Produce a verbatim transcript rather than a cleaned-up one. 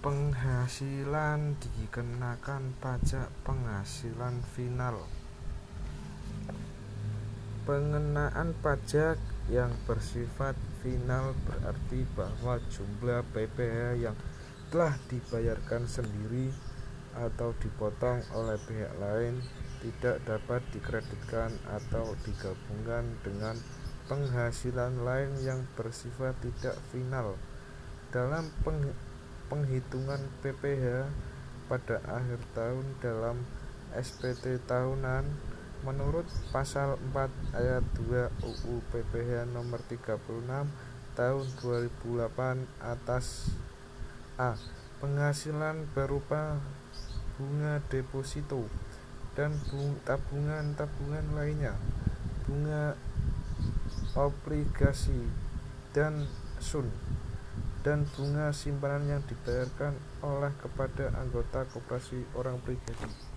Penghasilan dikenakan pajak penghasilan final. Pengenaan pajak yang bersifat final berarti bahwa jumlah P P H yang telah dibayarkan sendiri atau dipotong oleh pihak lain tidak dapat dikreditkan atau digabungkan dengan penghasilan lain yang bersifat tidak final. Dalam penghitungan P P H pada akhir tahun dalam S P T tahunan, menurut Pasal empat Ayat dua U U P P H Nomor tiga puluh enam Tahun dua ribu delapan atas A. Penghasilan berupa bunga deposito dan tabungan-tabungan lainnya, bunga obligasi dan sun, dan bunga simpanan yang dibayarkan oleh kepada anggota koperasi orang pribadi.